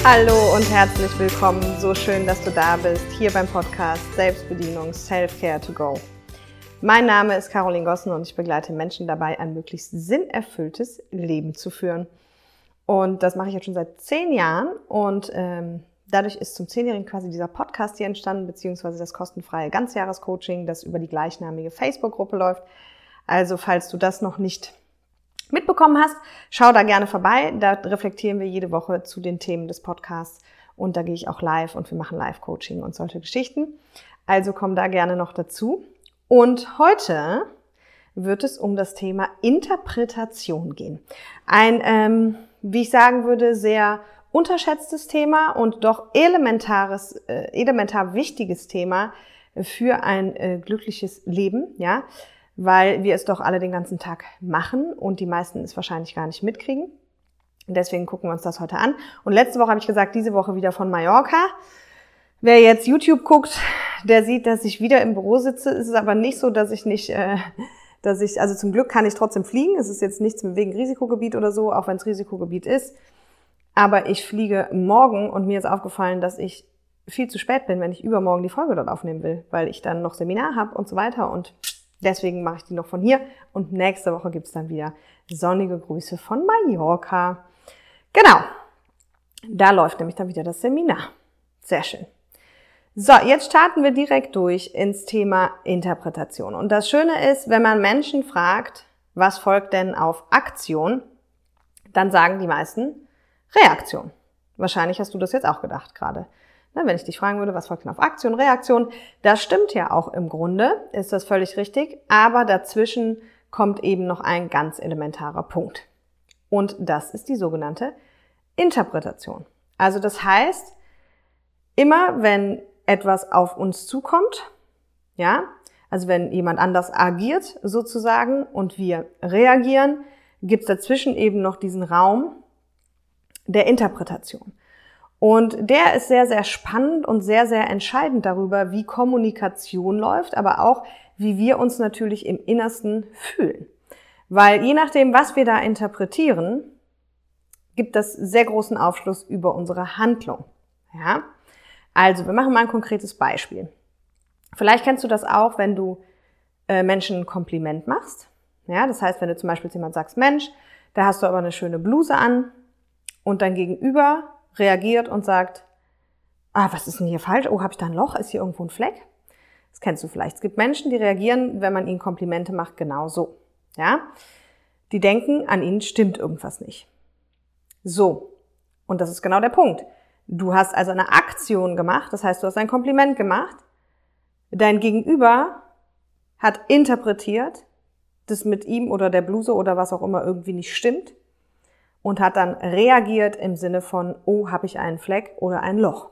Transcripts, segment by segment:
Hallo und herzlich willkommen. So schön, dass du da bist, hier beim Podcast Selbstbedienung Self-Care to Go. Mein Name ist Caroline Gossen und ich begleite Menschen dabei, ein möglichst sinnerfülltes Leben zu führen. Und das mache ich jetzt schon seit 10 Jahren und dadurch ist zum 10-Jährigen quasi dieser Podcast hier entstanden, beziehungsweise das kostenfreie Ganzjahrescoaching, das über die gleichnamige Facebook-Gruppe läuft. Also falls du das noch nicht mitbekommen hast, schau da gerne vorbei. Da reflektieren wir jede Woche zu den Themen des Podcasts und da gehe ich auch live und wir machen Live-Coaching und solche Geschichten. Also komm da gerne noch dazu. Und heute wird es um das Thema Interpretation gehen. Ein, wie ich sagen würde, sehr unterschätztes Thema und doch elementar wichtiges Thema für ein glückliches Leben, ja. Weil wir es doch alle den ganzen Tag machen und die meisten es wahrscheinlich gar nicht mitkriegen. Und deswegen gucken wir uns das heute an. Und letzte Woche habe ich gesagt, diese Woche wieder von Mallorca. Wer jetzt YouTube guckt, der sieht, dass ich wieder im Büro sitze. Es ist aber nicht so, also zum Glück kann ich trotzdem fliegen. Es ist jetzt nichts wegen Risikogebiet oder so, auch wenn es Risikogebiet ist. Aber ich fliege morgen und mir ist aufgefallen, dass ich viel zu spät bin, wenn ich übermorgen die Folge dort aufnehmen will, weil ich dann noch Seminar habe und so weiter und deswegen mache ich die noch von hier und nächste Woche gibt's dann wieder sonnige Grüße von Mallorca. Genau, da läuft nämlich dann wieder das Seminar. Sehr schön. So, jetzt starten wir direkt durch ins Thema Interpretation. Und das Schöne ist, wenn man Menschen fragt, was folgt denn auf Aktion, dann sagen die meisten Reaktion. Wahrscheinlich hast du das jetzt auch gedacht gerade. Wenn ich dich fragen würde, was folgt denn auf Aktion, Reaktion, das stimmt ja auch im Grunde, ist das völlig richtig, aber dazwischen kommt eben noch ein ganz elementarer Punkt. Und das ist die sogenannte Interpretation. Also das heißt, immer wenn etwas auf uns zukommt, ja, also wenn jemand anders agiert sozusagen und wir reagieren, gibt es dazwischen eben noch diesen Raum der Interpretation. Und der ist sehr, sehr spannend und sehr, sehr entscheidend darüber, wie Kommunikation läuft, aber auch, wie wir uns natürlich im Innersten fühlen. Weil je nachdem, was wir da interpretieren, gibt das sehr großen Aufschluss über unsere Handlung. Ja? Also, wir machen mal ein konkretes Beispiel. Vielleicht kennst du das auch, wenn du Menschen ein Kompliment machst. Ja, das heißt, wenn du zum Beispiel zu jemandem sagst, Mensch, da hast du aber eine schöne Bluse an und dein Gegenüber reagiert und sagt, was ist denn hier falsch? Oh, habe ich da ein Loch? Ist hier irgendwo ein Fleck? Das kennst du vielleicht. Es gibt Menschen, die reagieren, wenn man ihnen Komplimente macht, genau so. Ja? Die denken, an ihnen stimmt irgendwas nicht. So. Und das ist genau der Punkt. Du hast also eine Aktion gemacht, das heißt, du hast ein Kompliment gemacht. Dein Gegenüber hat interpretiert, dass mit ihm oder der Bluse oder was auch immer irgendwie nicht stimmt. Und hat dann reagiert im Sinne von, oh, habe ich einen Fleck oder ein Loch.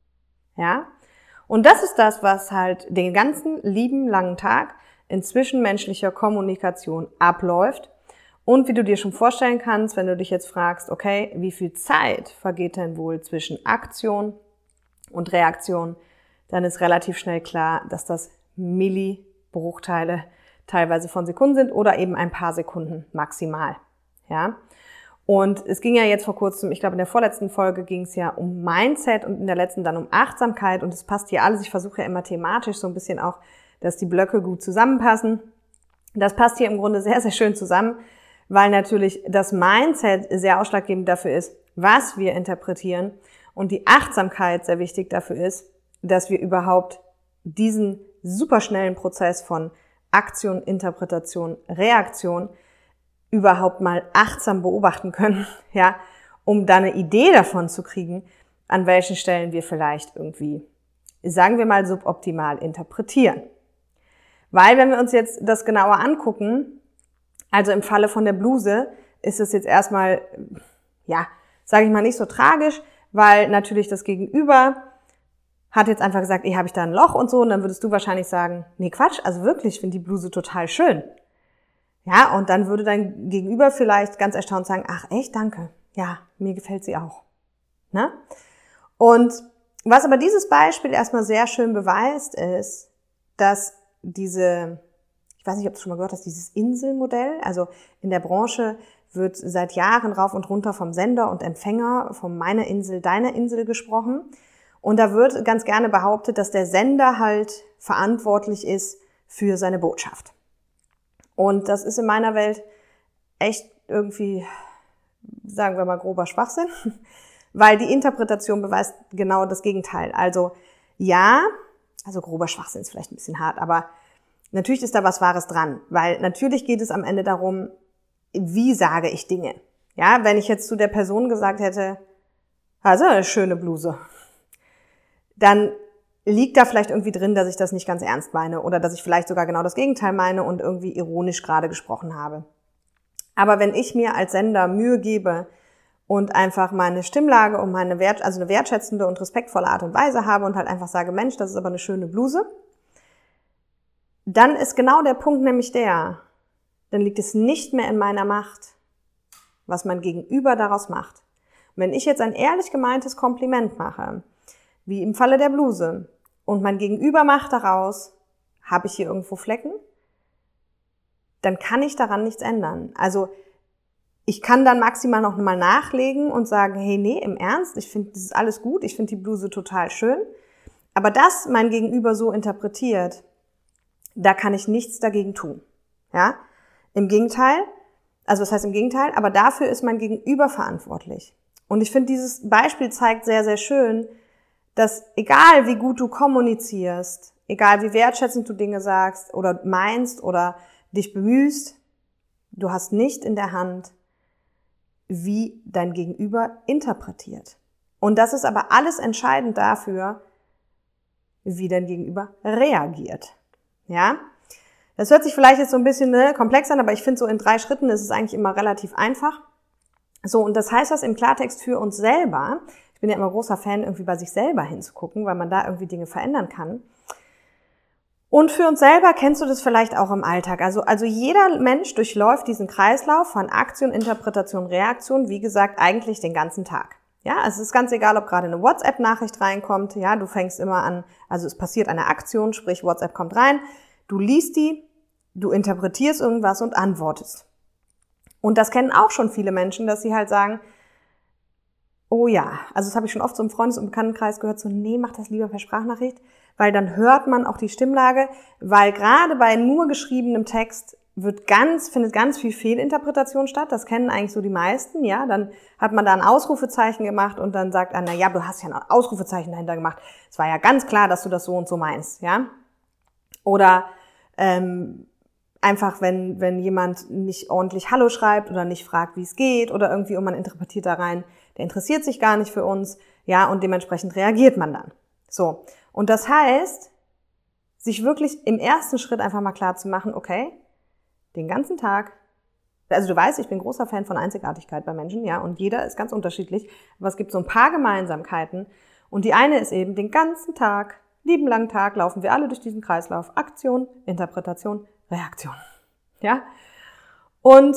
Ja? Und das ist das, was halt den ganzen lieben langen Tag in zwischenmenschlicher Kommunikation abläuft. Und wie du dir schon vorstellen kannst, wenn du dich jetzt fragst, okay, wie viel Zeit vergeht denn wohl zwischen Aktion und Reaktion, dann ist relativ schnell klar, dass das Millibruchteile teilweise von Sekunden sind oder eben ein paar Sekunden maximal. Ja? Und es ging ja jetzt vor kurzem, ich glaube in der vorletzten Folge ging es ja um Mindset und in der letzten dann um Achtsamkeit und es passt hier alles. Ich versuche ja immer thematisch so ein bisschen auch, dass die Blöcke gut zusammenpassen. Das passt hier im Grunde sehr, sehr schön zusammen, weil natürlich das Mindset sehr ausschlaggebend dafür ist, was wir interpretieren und die Achtsamkeit sehr wichtig dafür ist, dass wir überhaupt diesen superschnellen Prozess von Aktion, Interpretation, Reaktion überhaupt mal achtsam beobachten können, ja, um dann eine Idee davon zu kriegen, an welchen Stellen wir vielleicht irgendwie, sagen wir mal, suboptimal interpretieren. Weil, wenn wir uns jetzt das genauer angucken, also im Falle von der Bluse, ist es jetzt erstmal, ja, sage ich mal, nicht so tragisch, weil natürlich das Gegenüber hat jetzt einfach gesagt, habe ich da ein Loch und so, und dann würdest du wahrscheinlich sagen, nee, Quatsch, also wirklich, ich finde die Bluse total schön. Ja, und dann würde dein Gegenüber vielleicht ganz erstaunt sagen, ach echt, danke. Ja, mir gefällt sie auch. Ne? Und was aber dieses Beispiel erstmal sehr schön beweist, ist, dass ich weiß nicht, ob du schon mal gehört hast, dieses Inselmodell, also in der Branche wird seit Jahren rauf und runter vom Sender und Empfänger, von meiner Insel, deiner Insel gesprochen. Und da wird ganz gerne behauptet, dass der Sender halt verantwortlich ist für seine Botschaft. Und das ist in meiner Welt echt irgendwie, sagen wir mal, grober Schwachsinn, weil die Interpretation beweist genau das Gegenteil. Also ja, also grober Schwachsinn ist vielleicht ein bisschen hart, aber natürlich ist da was Wahres dran, weil natürlich geht es am Ende darum, wie sage ich Dinge. Ja, wenn ich jetzt zu der Person gesagt hätte, also eine schöne Bluse, dann liegt da vielleicht irgendwie drin, dass ich das nicht ganz ernst meine oder dass ich vielleicht sogar genau das Gegenteil meine und irgendwie ironisch gerade gesprochen habe. Aber wenn ich mir als Sender Mühe gebe und einfach meine Stimmlage und eine wertschätzende und respektvolle Art und Weise habe und halt einfach sage, Mensch, das ist aber eine schöne Bluse, dann ist genau der Punkt nämlich dann liegt es nicht mehr in meiner Macht, was mein Gegenüber daraus macht. Und wenn ich jetzt ein ehrlich gemeintes Kompliment mache, wie im Falle der Bluse, und mein Gegenüber macht daraus, habe ich hier irgendwo Flecken, dann kann ich daran nichts ändern. Also ich kann dann maximal noch mal nachlegen und sagen, hey, nee, im Ernst, ich finde, das ist alles gut, ich finde die Bluse total schön. Aber dass mein Gegenüber so interpretiert, da kann ich nichts dagegen tun. Ja? Im Gegenteil, also was heißt im Gegenteil, aber dafür ist mein Gegenüber verantwortlich. Und ich finde, dieses Beispiel zeigt sehr, sehr schön, dass egal wie gut du kommunizierst, egal wie wertschätzend du Dinge sagst oder meinst oder dich bemühst, du hast nicht in der Hand, wie dein Gegenüber interpretiert. Und das ist aber alles entscheidend dafür, wie dein Gegenüber reagiert. Ja? Das hört sich vielleicht jetzt so ein bisschen komplex an, aber ich finde, so in 3 Schritten ist es eigentlich immer relativ einfach. So, und das heißt das im Klartext für uns selber. Ich bin ja immer großer Fan, irgendwie bei sich selber hinzugucken, weil man da irgendwie Dinge verändern kann. Und für uns selber kennst du das vielleicht auch im Alltag. Also jeder Mensch durchläuft diesen Kreislauf von Aktion, Interpretation, Reaktion, wie gesagt, eigentlich den ganzen Tag. Ja, es ist ganz egal, ob gerade eine WhatsApp-Nachricht reinkommt. Ja, du fängst immer an, also es passiert eine Aktion, sprich WhatsApp kommt rein. Du liest die, du interpretierst irgendwas und antwortest. Und das kennen auch schon viele Menschen, dass sie halt sagen, oh ja, also das habe ich schon oft so im Freundes- und Bekanntenkreis gehört, so nee, mach das lieber per Sprachnachricht, weil dann hört man auch die Stimmlage, weil gerade bei nur geschriebenem Text findet ganz viel Fehlinterpretation statt, das kennen eigentlich so die meisten, ja, dann hat man da ein Ausrufezeichen gemacht und dann sagt einer, ja, du hast ja ein Ausrufezeichen dahinter gemacht, es war ja ganz klar, dass du das so und so meinst, ja, oder einfach, wenn jemand nicht ordentlich Hallo schreibt oder nicht fragt, wie es geht oder irgendwie und man interpretiert da rein, der interessiert sich gar nicht für uns, ja, und dementsprechend reagiert man dann. So. Und das heißt, sich wirklich im ersten Schritt einfach mal klar zu machen, okay, den ganzen Tag, also du weißt, ich bin großer Fan von Einzigartigkeit bei Menschen, ja, und jeder ist ganz unterschiedlich, aber es gibt so ein paar Gemeinsamkeiten und die eine ist eben, den ganzen Tag, lieben langen Tag laufen wir alle durch diesen Kreislauf, Aktion, Interpretation, Reaktion, ja, und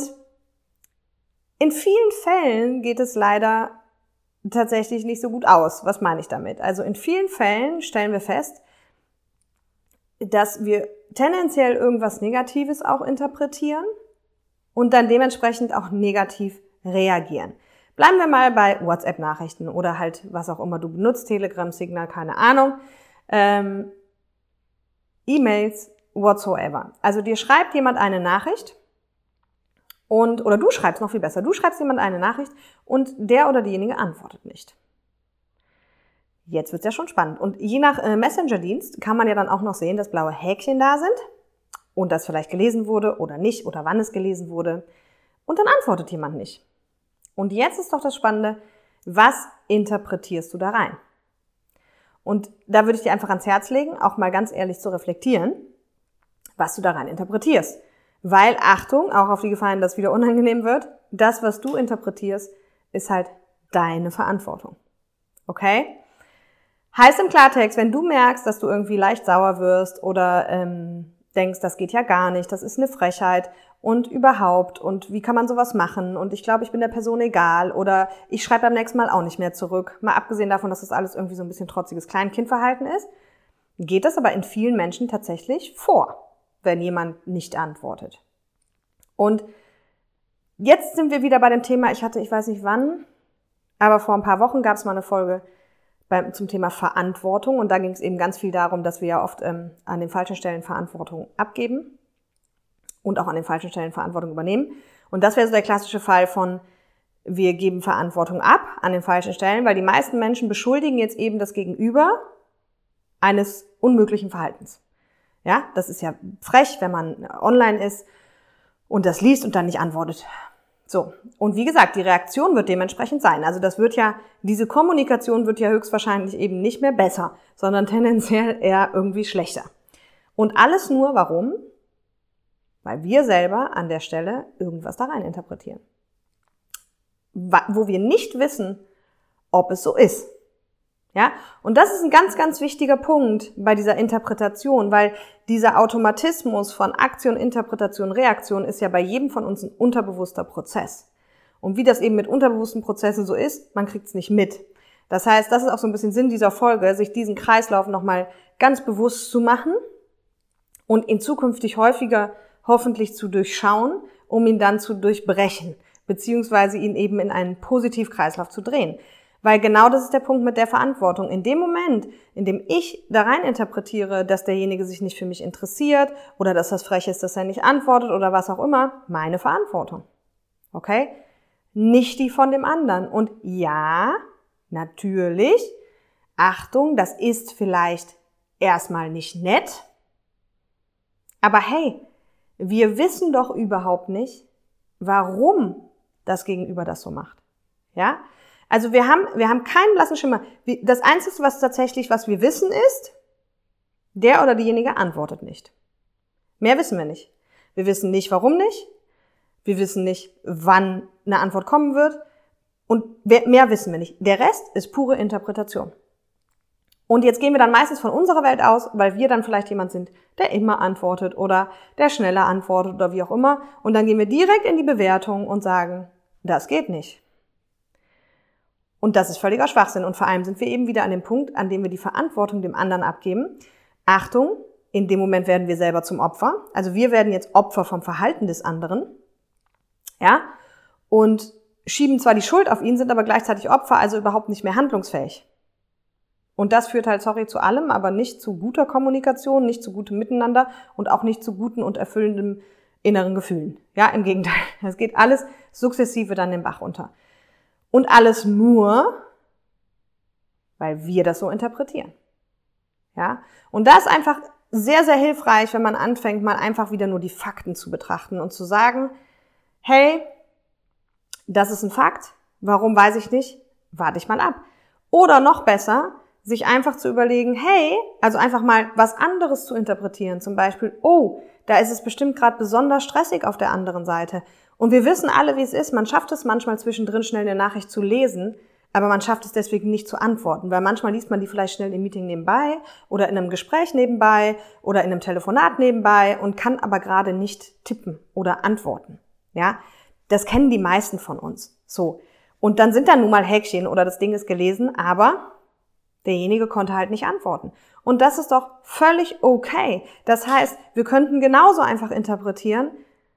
in vielen Fällen geht es leider tatsächlich nicht so gut aus. Was meine ich damit? Also in vielen Fällen stellen wir fest, dass wir tendenziell irgendwas Negatives auch interpretieren und dann dementsprechend auch negativ reagieren. Bleiben wir mal bei WhatsApp-Nachrichten oder halt was auch immer du benutzt, Telegram, Signal, keine Ahnung, E-Mails, whatsoever. Also dir schreibt jemand eine Nachricht oder du schreibst noch viel besser, du schreibst jemand eine Nachricht und der oder diejenige antwortet nicht. Jetzt wird's ja schon spannend. Und je nach Messenger-Dienst kann man ja dann auch noch sehen, dass blaue Häkchen da sind und das vielleicht gelesen wurde oder nicht oder wann es gelesen wurde. Und dann antwortet jemand nicht. Und jetzt ist doch das Spannende, was interpretierst du da rein? Und da würde ich dir einfach ans Herz legen, auch mal ganz ehrlich zu reflektieren, was du da rein interpretierst. Weil, Achtung, auch auf die Gefahr hin, dass es wieder unangenehm wird, das, was du interpretierst, ist halt deine Verantwortung. Okay? Heißt im Klartext, wenn du merkst, dass du irgendwie leicht sauer wirst oder denkst, das geht ja gar nicht, das ist eine Frechheit und überhaupt und wie kann man sowas machen und ich glaube, ich bin der Person egal oder ich schreibe beim nächsten Mal auch nicht mehr zurück, mal abgesehen davon, dass das alles irgendwie so ein bisschen trotziges Kleinkindverhalten ist, geht das aber in vielen Menschen tatsächlich vor, wenn jemand nicht antwortet. Und Jetzt sind wir wieder bei dem Thema, ich weiß nicht wann, aber vor ein paar Wochen gab es mal eine Folge zum Thema Verantwortung und da ging es eben ganz viel darum, dass wir ja oft an den falschen Stellen Verantwortung abgeben und auch an den falschen Stellen Verantwortung übernehmen. Und das wäre so der klassische Fall von, wir geben Verantwortung ab an den falschen Stellen, weil die meisten Menschen beschuldigen jetzt eben das Gegenüber eines unmöglichen Verhaltens. Ja, das ist ja frech, wenn man online ist und das liest und dann nicht antwortet. So. Und wie gesagt, die Reaktion wird dementsprechend sein. Also diese Kommunikation wird ja höchstwahrscheinlich eben nicht mehr besser, sondern tendenziell eher irgendwie schlechter. Und alles nur, warum? Weil wir selber an der Stelle irgendwas da rein interpretieren. Wo wir nicht wissen, ob es so ist. Ja? Und das ist ein ganz, ganz wichtiger Punkt bei dieser Interpretation, weil dieser Automatismus von Aktion, Interpretation, Reaktion ist ja bei jedem von uns ein unterbewusster Prozess. Und wie das eben mit unterbewussten Prozessen so ist, man kriegt es nicht mit. Das heißt, das ist auch so ein bisschen Sinn dieser Folge, sich diesen Kreislauf nochmal ganz bewusst zu machen und ihn zukünftig häufiger hoffentlich zu durchschauen, um ihn dann zu durchbrechen, beziehungsweise ihn eben in einen Positivkreislauf zu drehen. Weil genau das ist der Punkt mit der Verantwortung. In dem Moment, in dem ich da rein interpretiere, dass derjenige sich nicht für mich interessiert oder dass das frech ist, dass er nicht antwortet oder was auch immer, meine Verantwortung. Okay? Nicht die von dem anderen. Und ja, natürlich, Achtung, das ist vielleicht erstmal nicht nett, aber hey, wir wissen doch überhaupt nicht, warum das Gegenüber das so macht. Ja? Also wir haben keinen blassen Schimmer. Das Einzige, was wir wissen, ist, der oder diejenige antwortet nicht. Mehr wissen wir nicht. Wir wissen nicht, warum nicht. Wir wissen nicht, wann eine Antwort kommen wird. Und mehr wissen wir nicht. Der Rest ist pure Interpretation. Und jetzt gehen wir dann meistens von unserer Welt aus, weil wir dann vielleicht jemand sind, der immer antwortet oder der schneller antwortet oder wie auch immer. Und dann gehen wir direkt in die Bewertung und sagen, das geht nicht. Und das ist völliger Schwachsinn. Und vor allem sind wir eben wieder an dem Punkt, an dem wir die Verantwortung dem anderen abgeben. Achtung, in dem Moment werden wir selber zum Opfer. Also wir werden jetzt Opfer vom Verhalten des anderen. Ja? Und schieben zwar die Schuld auf ihn, sind aber gleichzeitig Opfer, also überhaupt nicht mehr handlungsfähig. Und das führt halt, zu allem, aber nicht zu guter Kommunikation, nicht zu gutem Miteinander und auch nicht zu guten und erfüllenden inneren Gefühlen. Ja, im Gegenteil. Es geht alles sukzessive dann den Bach runter. Und alles nur, weil wir das so interpretieren. Ja? Und das ist einfach sehr, sehr hilfreich, wenn man anfängt, mal einfach wieder nur die Fakten zu betrachten und zu sagen, hey, das ist ein Fakt, warum weiß ich nicht, warte ich mal ab. Oder noch besser, sich einfach zu überlegen, hey, also einfach mal was anderes zu interpretieren. Zum Beispiel, oh, da ist es bestimmt gerade besonders stressig auf der anderen Seite. Und wir wissen alle, wie es ist. Man schafft es manchmal zwischendrin schnell eine Nachricht zu lesen, aber man schafft es deswegen nicht zu antworten, weil manchmal liest man die vielleicht schnell im Meeting nebenbei oder in einem Gespräch nebenbei oder in einem Telefonat nebenbei und kann aber gerade nicht tippen oder antworten. Ja, das kennen die meisten von uns. So. Und dann sind da nun mal Häkchen oder das Ding ist gelesen, aber derjenige konnte halt nicht antworten. Und das ist doch völlig okay. Das heißt, wir könnten genauso einfach interpretieren,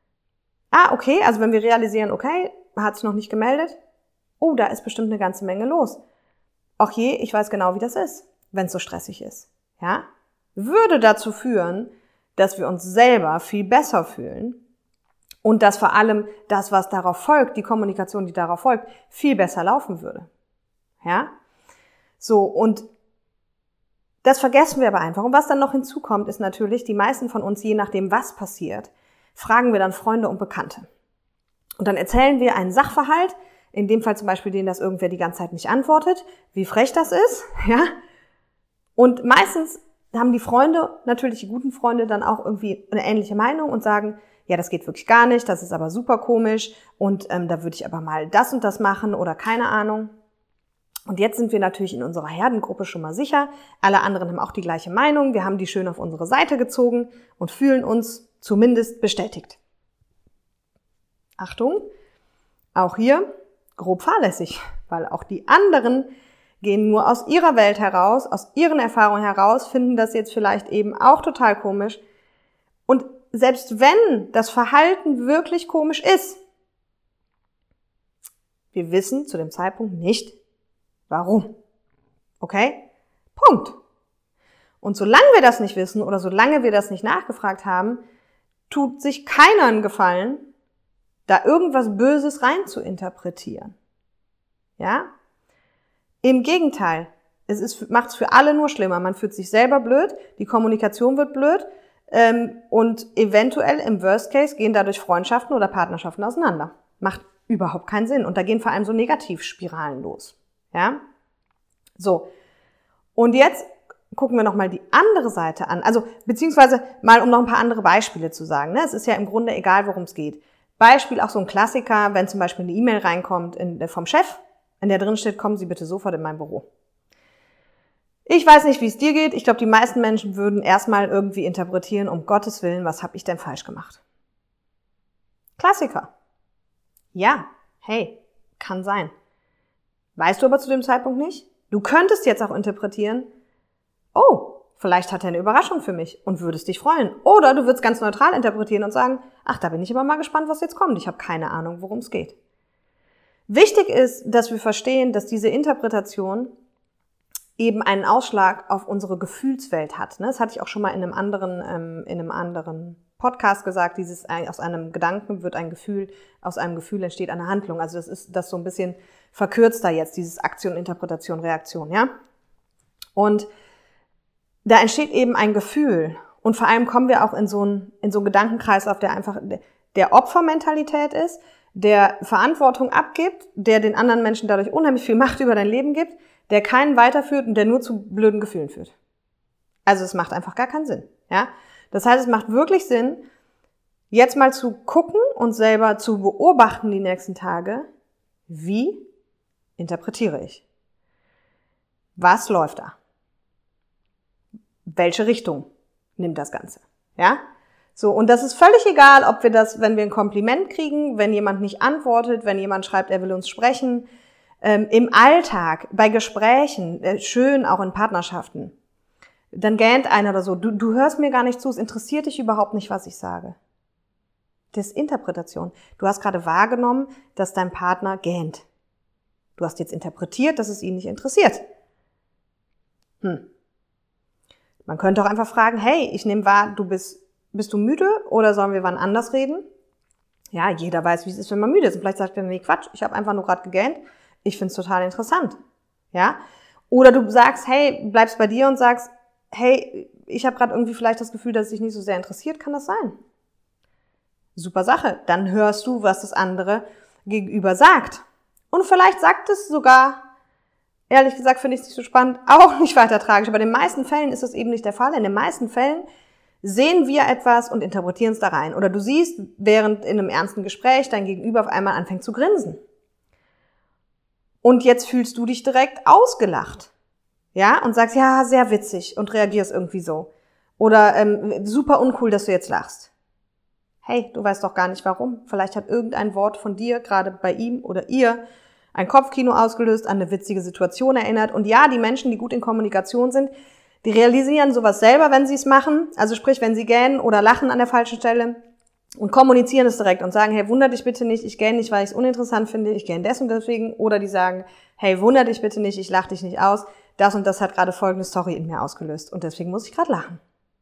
okay, also wenn wir realisieren, okay, hat sich noch nicht gemeldet, oh, da ist bestimmt eine ganze Menge los. Ach je, ich weiß genau, wie das ist, wenn es so stressig ist. Ja? Würde dazu führen, dass wir uns selber viel besser fühlen und dass vor allem das, was darauf folgt, die Kommunikation, die darauf folgt, viel besser laufen würde. Ja? So, und das vergessen wir aber einfach. Und was dann noch hinzukommt, ist natürlich, die meisten von uns, je nachdem, was passiert, fragen wir dann Freunde und Bekannte. Und dann erzählen wir einen Sachverhalt, in dem Fall zum Beispiel, denen das irgendwer die ganze Zeit nicht antwortet, wie frech das ist, ja. Und meistens haben die Freunde, natürlich die guten Freunde, dann auch irgendwie eine ähnliche Meinung und sagen, ja, das geht wirklich gar nicht, das ist aber super komisch und da würde ich aber mal das und das machen oder keine Ahnung. Und jetzt sind wir natürlich in unserer Herdengruppe schon mal sicher. Alle anderen haben auch die gleiche Meinung. Wir haben die schön auf unsere Seite gezogen und fühlen uns zumindest bestätigt. Achtung, auch hier grob fahrlässig, weil auch die anderen gehen nur aus ihrer Welt heraus, aus ihren Erfahrungen heraus, finden das jetzt vielleicht eben auch total komisch. Und selbst wenn das Verhalten wirklich komisch ist, Wir wissen zu dem Zeitpunkt nicht, warum. Okay? Punkt. Und solange wir das nicht wissen oder solange wir das nicht nachgefragt haben, tut sich keiner einen Gefallen, da irgendwas Böses rein zu interpretieren. Ja? Im Gegenteil, macht es für alle nur schlimmer. Man fühlt sich selber blöd, die Kommunikation wird blöd und eventuell im Worst Case gehen dadurch Freundschaften oder Partnerschaften auseinander. Macht überhaupt keinen Sinn. Und da gehen vor allem so Negativspiralen los. Ja? So. Und jetzt gucken wir nochmal die andere Seite an. Also, beziehungsweise mal, um noch ein paar andere Beispiele zu sagen. Ne? Es ist ja im Grunde egal, worum es geht. Beispiel auch so ein Klassiker, wenn zum Beispiel eine E-Mail reinkommt vom Chef, in der drin steht, kommen Sie bitte sofort in mein Büro. Ich weiß nicht, wie es dir geht. Ich glaube, die meisten Menschen würden erstmal irgendwie interpretieren, um Gottes Willen, was habe ich denn falsch gemacht? Klassiker. Ja, hey, kann sein. Weißt du aber zu dem Zeitpunkt nicht? Du könntest jetzt auch interpretieren, oh, vielleicht hat er eine Überraschung für mich und würdest dich freuen. Oder du würdest ganz neutral interpretieren und sagen, ach, da bin ich aber mal gespannt, was jetzt kommt. Ich habe keine Ahnung, worum es geht. Wichtig ist, dass wir verstehen, dass diese Interpretation eben einen Ausschlag auf unsere Gefühlswelt hat. Das hatte ich auch schon mal in einem anderen Podcast gesagt, aus einem Gedanken wird ein Gefühl, aus einem Gefühl entsteht eine Handlung. Also das ist das so ein bisschen verkürzter jetzt, dieses Aktion, Interpretation, Reaktion, ja. Und da entsteht eben ein Gefühl. Und vor allem kommen wir auch in so einen Gedankenkreislauf, der einfach der Opfermentalität ist, der Verantwortung abgibt, der den anderen Menschen dadurch unheimlich viel Macht über dein Leben gibt, der keinen weiterführt und der nur zu blöden Gefühlen führt. Also es macht einfach gar keinen Sinn, ja. Das heißt, es macht wirklich Sinn, jetzt mal zu gucken und selber zu beobachten die nächsten Tage, wie interpretiere ich? Was läuft da? Welche Richtung nimmt das Ganze? Ja? So, und das ist völlig egal, ob wir das, wenn wir ein Kompliment kriegen, wenn jemand nicht antwortet, wenn jemand schreibt, er will uns sprechen, im Alltag, bei Gesprächen, schön auch in Partnerschaften. Dann gähnt einer oder so, du hörst mir gar nicht zu, es interessiert dich überhaupt nicht, was ich sage. Das ist Interpretation. Du hast gerade wahrgenommen, dass dein Partner gähnt. Du hast jetzt interpretiert, dass es ihn nicht interessiert. Man könnte auch einfach fragen, hey, ich nehme wahr, bist du müde oder sollen wir wann anders reden? Ja, jeder weiß, wie es ist, wenn man müde ist. Und vielleicht sagt er, nee, Quatsch, ich habe einfach nur gerade gegähnt. Ich finde es total interessant. Ja? Oder du sagst, hey, bleibst bei dir und sagst, hey, ich habe gerade irgendwie vielleicht das Gefühl, dass es dich nicht so sehr interessiert. Kann das sein? Super Sache. Dann hörst du, was das andere gegenüber sagt. Und vielleicht sagt es sogar, ehrlich gesagt finde ich es nicht so spannend, auch nicht weiter tragisch. Aber in den meisten Fällen ist das eben nicht der Fall. In den meisten Fällen sehen wir etwas und interpretieren es da rein. Oder du siehst, während in einem ernsten Gespräch dein Gegenüber auf einmal anfängt zu grinsen. Und jetzt fühlst du dich direkt ausgelacht. Ja, und sagst, ja, sehr witzig und reagierst irgendwie so. Oder super uncool, dass du jetzt lachst. Hey, du weißt doch gar nicht warum. Vielleicht hat irgendein Wort von dir gerade bei ihm oder ihr ein Kopfkino ausgelöst, an eine witzige Situation erinnert. Und ja, die Menschen, die gut in Kommunikation sind, die realisieren sowas selber, wenn sie es machen. Also sprich, wenn sie gähnen oder lachen an der falschen Stelle und kommunizieren es direkt und sagen, hey, wunder dich bitte nicht, ich gähne nicht, weil ich es uninteressant finde, ich gähne des und deswegen. Oder die sagen, hey, wunder dich bitte nicht, ich lache dich nicht aus. Das und das hat gerade folgende Story in mir ausgelöst und deswegen muss ich gerade lachen.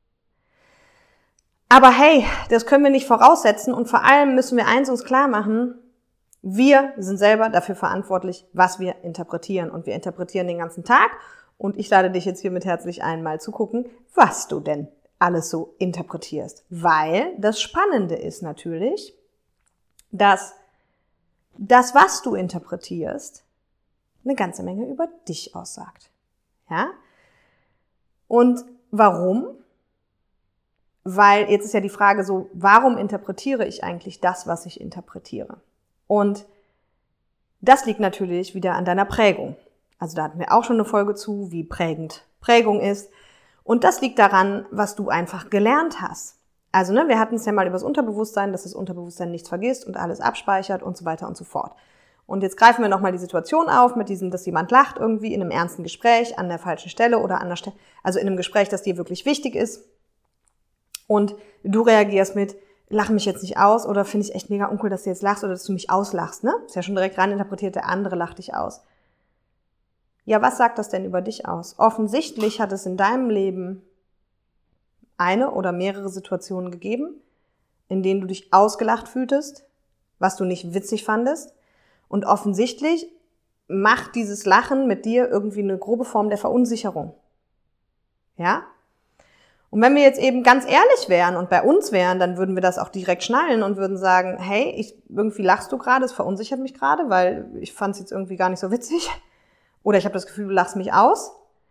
Aber hey, das können wir nicht voraussetzen und vor allem müssen wir eins uns klar machen, wir sind selber dafür verantwortlich, was wir interpretieren und wir interpretieren den ganzen Tag und ich lade dich jetzt hiermit herzlich ein, mal zu gucken, was du denn alles so interpretierst. Weil das Spannende ist natürlich, dass das, was du interpretierst, eine ganze Menge über dich aussagt. Ja? Und warum? Weil jetzt ist ja die Frage so, warum interpretiere ich eigentlich das, was ich interpretiere? Und das liegt natürlich wieder an deiner Prägung. Also da hatten wir auch schon eine Folge zu, wie prägend Prägung ist. Und das liegt daran, was du einfach gelernt hast. Also wir hatten es ja mal über das Unterbewusstsein, dass das Unterbewusstsein nichts vergisst und alles abspeichert und so weiter und so fort. Und jetzt greifen wir nochmal die Situation auf mit diesem, dass jemand lacht irgendwie in einem ernsten Gespräch an der falschen Stelle oder an der Stelle, also in einem Gespräch, das dir wirklich wichtig ist. Und du reagierst mit, lach mich jetzt nicht aus oder finde ich echt mega uncool, dass du jetzt lachst oder dass du mich auslachst, ne? Ist ja schon direkt rein interpretiert, der andere lacht dich aus. Ja, was sagt das denn über dich aus? Offensichtlich hat es in deinem Leben eine oder mehrere Situationen gegeben, in denen du dich ausgelacht fühltest, was du nicht witzig fandest. Und offensichtlich macht dieses Lachen mit dir irgendwie eine grobe Form der Verunsicherung. Ja? Und wenn wir jetzt eben ganz ehrlich wären und bei uns wären, dann würden wir das auch direkt schnallen und würden sagen, hey, irgendwie lachst du gerade, es verunsichert mich gerade, weil ich fand es jetzt irgendwie gar nicht so witzig. Oder ich habe das Gefühl, du lachst mich aus.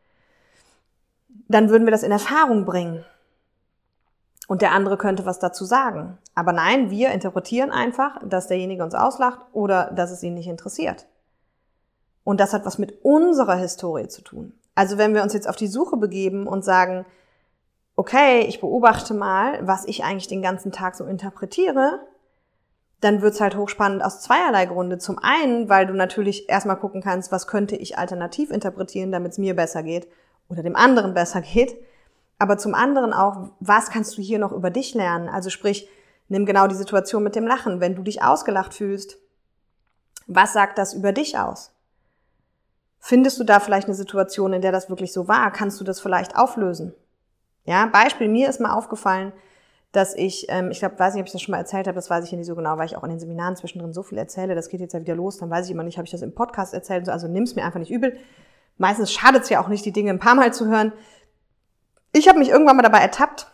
Dann würden wir das in Erfahrung bringen. Und der andere könnte was dazu sagen. Aber nein, wir interpretieren einfach, dass derjenige uns auslacht oder dass es ihn nicht interessiert. Und das hat was mit unserer Historie zu tun. Also wenn wir uns jetzt auf die Suche begeben und sagen, okay, ich beobachte mal, was ich eigentlich den ganzen Tag so interpretiere, dann wird's halt hochspannend aus zweierlei Gründe. Zum einen, weil du natürlich erstmal gucken kannst, was könnte ich alternativ interpretieren, damit es mir besser geht oder dem anderen besser geht. Aber zum anderen auch, was kannst du hier noch über dich lernen? Also sprich, nimm genau die Situation mit dem Lachen. Wenn du dich ausgelacht fühlst, was sagt das über dich aus? Findest du da vielleicht eine Situation, in der das wirklich so war? Kannst du das vielleicht auflösen? Ja, Beispiel, mir ist mal aufgefallen, dass ich glaube, weiß nicht, ob ich das schon mal erzählt habe, das weiß ich ja nicht so genau, weil ich auch in den Seminaren zwischendrin so viel erzähle, das geht jetzt ja wieder los, dann weiß ich immer nicht, habe ich das im Podcast erzählt, also nimm's mir einfach nicht übel. Meistens schadet's ja auch nicht, die Dinge ein paar Mal zu hören. Ich habe mich irgendwann mal dabei ertappt,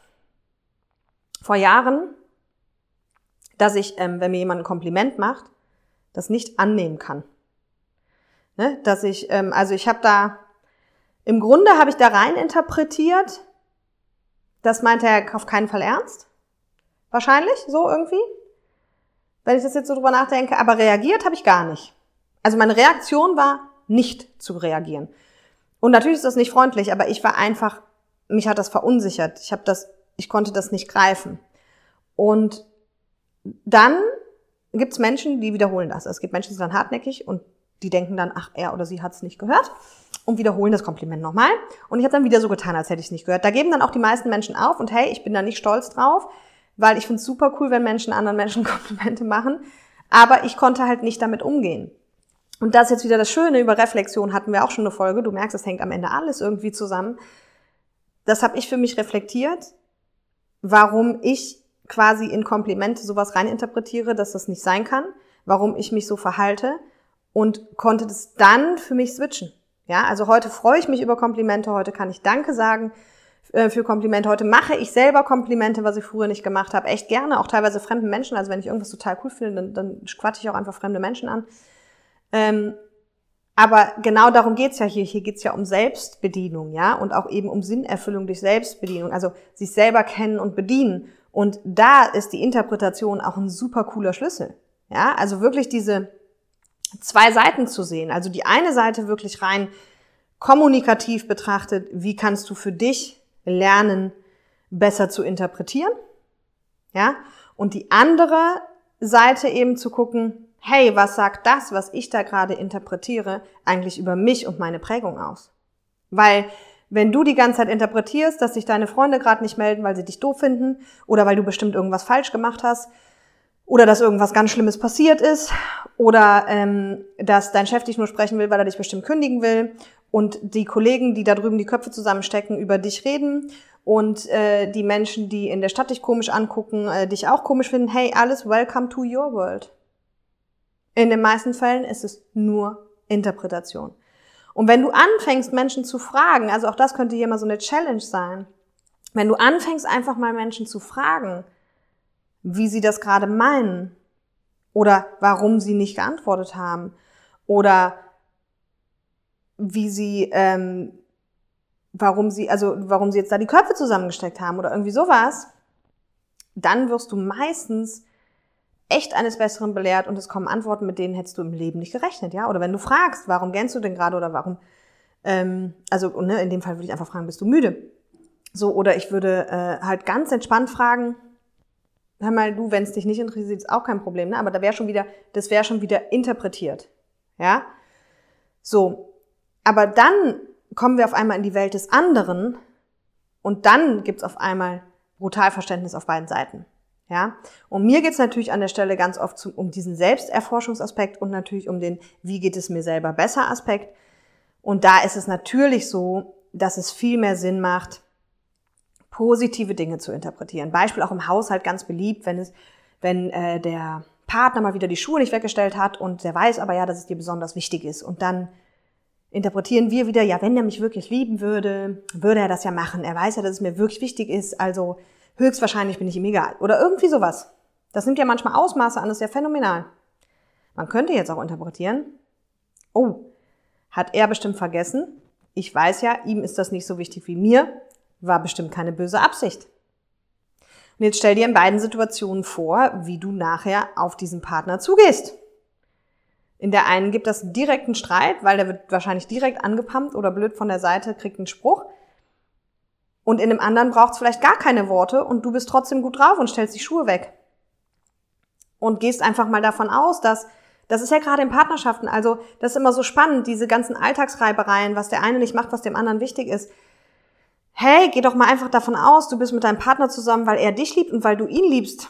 vor Jahren, dass ich, wenn mir jemand ein Kompliment macht, das nicht annehmen kann. Ne? Dass ich, ich habe da, im Grunde habe ich da rein interpretiert, das meinte er auf keinen Fall ernst. Wahrscheinlich, so irgendwie. Wenn ich das jetzt so drüber nachdenke. Aber reagiert habe ich gar nicht. Also meine Reaktion war, nicht zu reagieren. Und natürlich ist das nicht freundlich, aber ich war einfach, mich hat das verunsichert. Ich konnte das nicht greifen. Und dann gibt's Menschen, die wiederholen das. Es gibt Menschen, die sind dann hartnäckig und die denken dann, ach, er oder sie hat's nicht gehört und wiederholen das Kompliment nochmal. Und ich habe dann wieder so getan, als hätte ich es nicht gehört. Da geben dann auch die meisten Menschen auf und hey, ich bin da nicht stolz drauf, weil ich finde es super cool, wenn Menschen anderen Menschen Komplimente machen. Aber ich konnte halt nicht damit umgehen. Und das ist jetzt wieder das Schöne, über Reflexion hatten wir auch schon eine Folge. Du merkst, es hängt am Ende alles irgendwie zusammen. Das habe ich für mich reflektiert, warum ich quasi in Komplimente sowas reininterpretiere, dass das nicht sein kann, warum ich mich so verhalte und konnte das dann für mich switchen. Ja, also heute freue ich mich über Komplimente, heute kann ich Danke sagen für Komplimente, heute mache ich selber Komplimente, was ich früher nicht gemacht habe, echt gerne, auch teilweise fremden Menschen, also wenn ich irgendwas total cool finde, dann quatsche ich auch einfach fremde Menschen an. Aber genau darum geht's ja hier. Hier geht's ja um Selbstbedienung, ja, und auch eben um Sinnerfüllung durch Selbstbedienung, also sich selber kennen und bedienen. Und da ist die Interpretation auch ein super cooler Schlüssel, ja, also wirklich diese zwei Seiten zu sehen. Also die eine Seite wirklich rein kommunikativ betrachtet, wie kannst du für dich lernen, besser zu interpretieren, ja, und die andere Seite eben zu gucken, hey, was sagt das, was ich da gerade interpretiere, eigentlich über mich und meine Prägung aus? Weil wenn du die ganze Zeit interpretierst, dass sich deine Freunde gerade nicht melden, weil sie dich doof finden oder weil du bestimmt irgendwas falsch gemacht hast oder dass irgendwas ganz Schlimmes passiert ist oder dass dein Chef dich nur sprechen will, weil er dich bestimmt kündigen will und die Kollegen, die da drüben die Köpfe zusammenstecken, über dich reden und die Menschen, die in der Stadt dich komisch angucken, dich auch komisch finden, hey, alles welcome to your world. In den meisten Fällen ist es nur Interpretation. Und wenn du anfängst, Menschen zu fragen, also auch das könnte hier mal so eine Challenge sein, wenn du anfängst, einfach mal Menschen zu fragen, wie sie das gerade meinen oder warum sie nicht geantwortet haben oder warum sie jetzt da die Köpfe zusammengesteckt haben oder irgendwie sowas, dann wirst du meistens echt eines Besseren belehrt und es kommen Antworten, mit denen hättest du im Leben nicht gerechnet, ja? Oder wenn du fragst, warum gähnst du denn gerade oder warum, in dem Fall würde ich einfach fragen, bist du müde? So, oder ich würde halt ganz entspannt fragen, hör mal, du, wenn es dich nicht interessiert, ist auch kein Problem, ne? Aber das wäre schon wieder interpretiert, ja? So, aber dann kommen wir auf einmal in die Welt des anderen und dann gibt's auf einmal Brutalverständnis auf beiden Seiten. Ja? Und mir geht's natürlich an der Stelle ganz oft um diesen Selbsterforschungsaspekt und natürlich um den wie geht es mir selber besser Aspekt. Und da ist es natürlich so, dass es viel mehr Sinn macht, positive Dinge zu interpretieren. Beispiel auch im Haushalt ganz beliebt, wenn der Partner mal wieder die Schuhe nicht weggestellt hat und der weiß aber ja, dass es dir besonders wichtig ist. Und dann interpretieren wir wieder, ja, wenn er mich wirklich lieben würde, würde er das ja machen. Er weiß ja, dass es mir wirklich wichtig ist, also höchstwahrscheinlich bin ich ihm egal. Oder irgendwie sowas. Das nimmt ja manchmal Ausmaße an, das ist ja phänomenal. Man könnte jetzt auch interpretieren, oh, hat er bestimmt vergessen. Ich weiß ja, ihm ist das nicht so wichtig wie mir. War bestimmt keine böse Absicht. Und jetzt stell dir in beiden Situationen vor, wie du nachher auf diesen Partner zugehst. In der einen gibt das einen direkten Streit, weil der wird wahrscheinlich direkt angepumpt oder blöd von der Seite, kriegt einen Spruch. Und in dem anderen braucht es vielleicht gar keine Worte und du bist trotzdem gut drauf und stellst die Schuhe weg. Und gehst einfach mal davon aus, dass, das ist ja gerade in Partnerschaften, also das ist immer so spannend, diese ganzen Alltagsreibereien, was der eine nicht macht, was dem anderen wichtig ist. Hey, geh doch mal einfach davon aus, du bist mit deinem Partner zusammen, weil er dich liebt und weil du ihn liebst.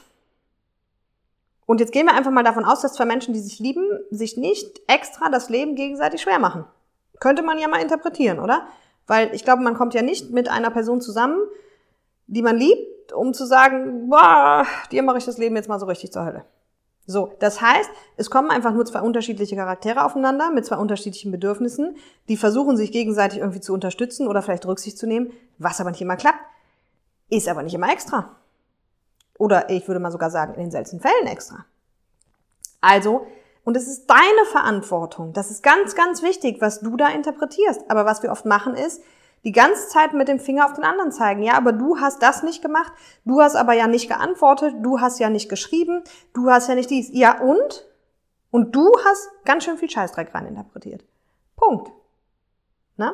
Und jetzt gehen wir einfach mal davon aus, dass zwei Menschen, die sich lieben, sich nicht extra das Leben gegenseitig schwer machen. Könnte man ja mal interpretieren, oder? Weil ich glaube, man kommt ja nicht mit einer Person zusammen, die man liebt, um zu sagen, boah, dir mache ich das Leben jetzt mal so richtig zur Hölle. So, das heißt, es kommen einfach nur zwei unterschiedliche Charaktere aufeinander mit zwei unterschiedlichen Bedürfnissen, die versuchen, sich gegenseitig irgendwie zu unterstützen oder vielleicht Rücksicht zu nehmen, was aber nicht immer klappt, ist aber nicht immer extra. Oder ich würde mal sogar sagen, in den seltensten Fällen extra. Also, und es ist deine Verantwortung, das ist ganz, ganz wichtig, was du da interpretierst. Aber was wir oft machen ist, die ganze Zeit mit dem Finger auf den anderen zeigen. Ja, aber du hast das nicht gemacht, du hast aber ja nicht geantwortet, du hast ja nicht geschrieben, du hast ja nicht dies. Ja, und? Und du hast ganz schön viel Scheißdreck reininterpretiert. Punkt. Na?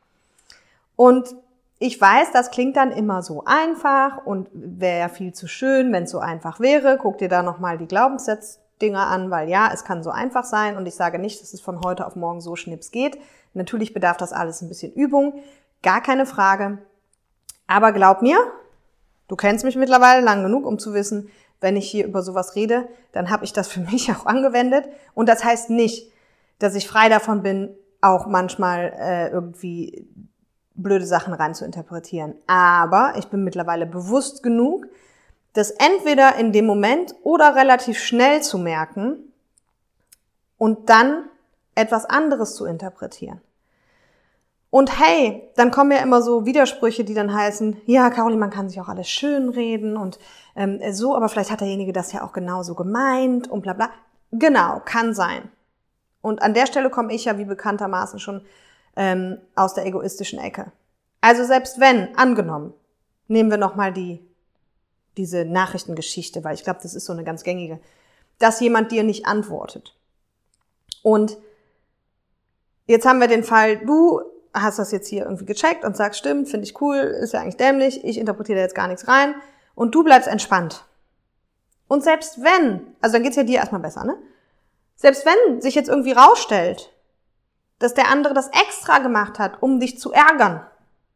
Und ich weiß, das klingt dann immer so einfach und wäre ja viel zu schön, wenn es so einfach wäre. Guck dir da nochmal die Glaubenssätze-Dinger an, weil ja, es kann so einfach sein und ich sage nicht, dass es von heute auf morgen so schnips geht. Natürlich bedarf das alles ein bisschen Übung, gar keine Frage. Aber glaub mir, du kennst mich mittlerweile lang genug, um zu wissen, wenn ich hier über sowas rede, dann habe ich das für mich auch angewendet. Und das heißt nicht, dass ich frei davon bin, auch manchmal irgendwie blöde Sachen rein zu interpretieren. Aber ich bin mittlerweile bewusst genug, das entweder in dem Moment oder relativ schnell zu merken und dann etwas anderes zu interpretieren. Und hey, dann kommen ja immer so Widersprüche, die dann heißen, ja, Caroline, man kann sich auch alles schön reden und so, aber vielleicht hat derjenige das ja auch genauso gemeint und bla bla. Genau, kann sein. Und an der Stelle komme ich ja wie bekanntermaßen schon aus der egoistischen Ecke. Also selbst wenn, angenommen, nehmen wir nochmal diese Nachrichtengeschichte, weil ich glaube, das ist so eine ganz gängige, dass jemand dir nicht antwortet. Und jetzt haben wir den Fall, du hast das jetzt hier irgendwie gecheckt und sagst, stimmt, finde ich cool, ist ja eigentlich dämlich, ich interpretiere da jetzt gar nichts rein und du bleibst entspannt. Und selbst wenn, also dann geht's ja dir erstmal besser, ne? Selbst wenn sich jetzt irgendwie rausstellt, dass der andere das extra gemacht hat, um dich zu ärgern.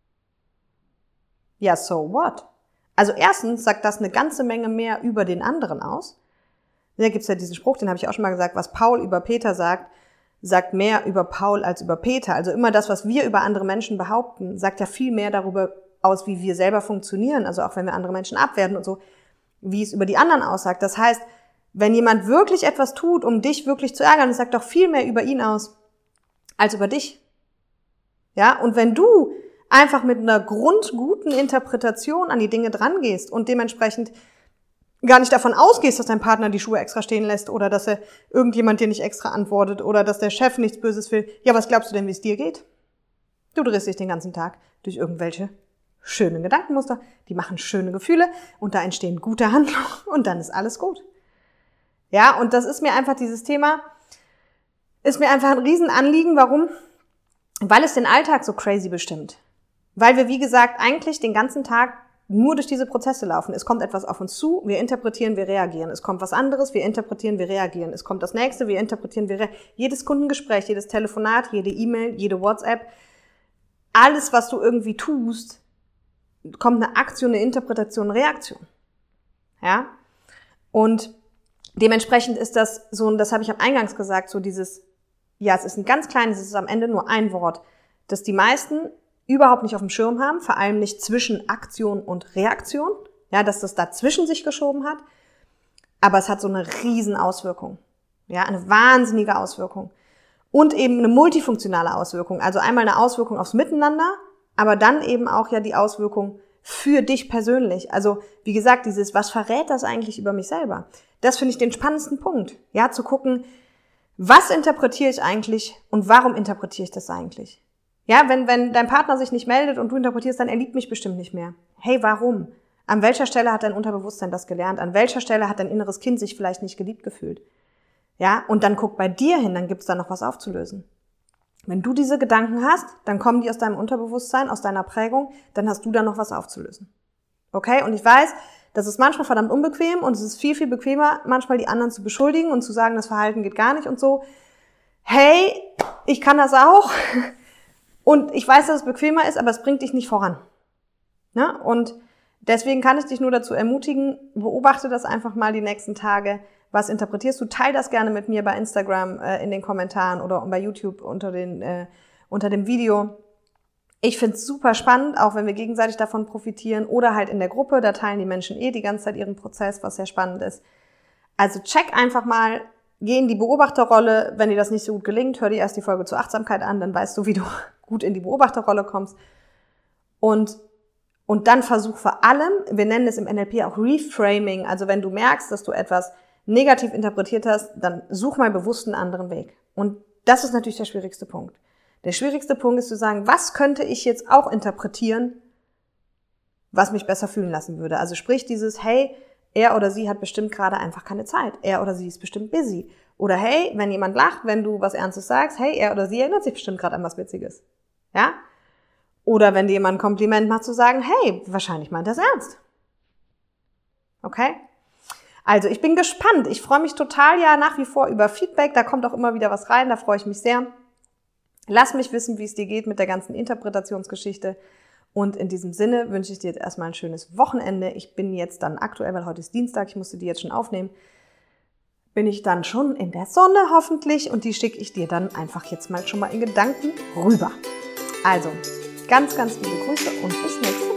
Ja, so what? Also erstens sagt das eine ganze Menge mehr über den anderen aus. Da gibt's ja diesen Spruch, den habe ich auch schon mal gesagt, was Paul über Peter sagt mehr über Paul als über Peter. Also immer das, was wir über andere Menschen behaupten, sagt ja viel mehr darüber aus, wie wir selber funktionieren. Also auch wenn wir andere Menschen abwerten und so, wie es über die anderen aussagt. Das heißt, wenn jemand wirklich etwas tut, um dich wirklich zu ärgern, das sagt doch viel mehr über ihn aus als über dich. Ja, und wenn du einfach mit einer grundguten Interpretation an die Dinge drangehst und dementsprechend gar nicht davon ausgehst, dass dein Partner die Schuhe extra stehen lässt oder dass er irgendjemand dir nicht extra antwortet oder dass der Chef nichts Böses will. Ja, was glaubst du denn, wie es dir geht? Du drehst dich den ganzen Tag durch irgendwelche schönen Gedankenmuster, die machen schöne Gefühle und da entstehen gute Handlungen und dann ist alles gut. Ja, und das ist mir einfach dieses Thema, ist mir einfach ein Riesenanliegen. Warum? Weil es den Alltag so crazy bestimmt. Weil wir, wie gesagt, eigentlich den ganzen Tag nur durch diese Prozesse laufen. Es kommt etwas auf uns zu, wir interpretieren, wir reagieren. Es kommt was anderes, wir interpretieren, wir reagieren. Es kommt das Nächste, wir interpretieren, wir reagieren. Jedes Kundengespräch, jedes Telefonat, jede E-Mail, jede WhatsApp, alles, was du irgendwie tust, kommt eine Aktion, eine Interpretation, eine Reaktion. Ja? Und dementsprechend ist das so, und das habe ich am Eingangs gesagt, so dieses, ja, es ist ein ganz kleines, es ist am Ende nur ein Wort, das die meisten überhaupt nicht auf dem Schirm haben, vor allem nicht zwischen Aktion und Reaktion, ja, dass das dazwischen sich geschoben hat. Aber es hat so eine riesen Auswirkung, ja, eine wahnsinnige Auswirkung. Und eben eine multifunktionale Auswirkung, also einmal eine Auswirkung aufs Miteinander, aber dann eben auch ja die Auswirkung für dich persönlich. Also, wie gesagt, dieses, was verrät das eigentlich über mich selber? Das finde ich den spannendsten Punkt, ja, zu gucken, was interpretiere ich eigentlich und warum interpretiere ich das eigentlich? Ja, wenn dein Partner sich nicht meldet und du interpretierst, dann er liebt mich bestimmt nicht mehr. Hey, warum? An welcher Stelle hat dein Unterbewusstsein das gelernt? An welcher Stelle hat dein inneres Kind sich vielleicht nicht geliebt gefühlt? Ja, und dann guck bei dir hin, dann gibt's da noch was aufzulösen. Wenn du diese Gedanken hast, dann kommen die aus deinem Unterbewusstsein, aus deiner Prägung, dann hast du da noch was aufzulösen. Okay? Und ich weiß, das ist manchmal verdammt unbequem und es ist viel, viel bequemer, manchmal die anderen zu beschuldigen und zu sagen, das Verhalten geht gar nicht und so. Hey, ich kann das auch. Und ich weiß, dass es bequemer ist, aber es bringt dich nicht voran. Ja? Und deswegen kann ich dich nur dazu ermutigen, beobachte das einfach mal die nächsten Tage. Was interpretierst du? Teil das gerne mit mir bei Instagram in den Kommentaren oder bei YouTube unter dem Video. Ich find's super spannend, auch wenn wir gegenseitig davon profitieren oder halt in der Gruppe, da teilen die Menschen die ganze Zeit ihren Prozess, was sehr spannend ist. Also check einfach mal, geh in die Beobachterrolle. Wenn dir das nicht so gut gelingt, hör dir erst die Folge zur Achtsamkeit an, dann weißt du, wie du gut in die Beobachterrolle kommst. Und dann versuch vor allem, wir nennen es im NLP auch Reframing, also wenn du merkst, dass du etwas negativ interpretiert hast, dann such mal bewusst einen anderen Weg. Und das ist natürlich der schwierigste Punkt. Der schwierigste Punkt ist zu sagen, was könnte ich jetzt auch interpretieren, was mich besser fühlen lassen würde. Also sprich dieses, hey, er oder sie hat bestimmt gerade einfach keine Zeit. Er oder sie ist bestimmt busy. Oder hey, wenn jemand lacht, wenn du was Ernstes sagst, hey, er oder sie erinnert sich bestimmt gerade an was Witziges. Ja? Oder wenn dir jemand ein Kompliment macht, zu sagen, hey, wahrscheinlich meint er es ernst. Okay? Also ich bin gespannt. Ich freue mich total ja nach wie vor über Feedback. Da kommt auch immer wieder was rein. Da freue ich mich sehr. Lass mich wissen, wie es dir geht mit der ganzen Interpretationsgeschichte. Und in diesem Sinne wünsche ich dir jetzt erstmal ein schönes Wochenende. Ich bin jetzt dann aktuell, weil heute ist Dienstag, ich musste die jetzt schon aufnehmen, bin ich dann schon in der Sonne hoffentlich. Und die schicke ich dir dann einfach jetzt mal schon mal in Gedanken rüber. Also, ganz, ganz liebe Grüße und bis nächstes Mal.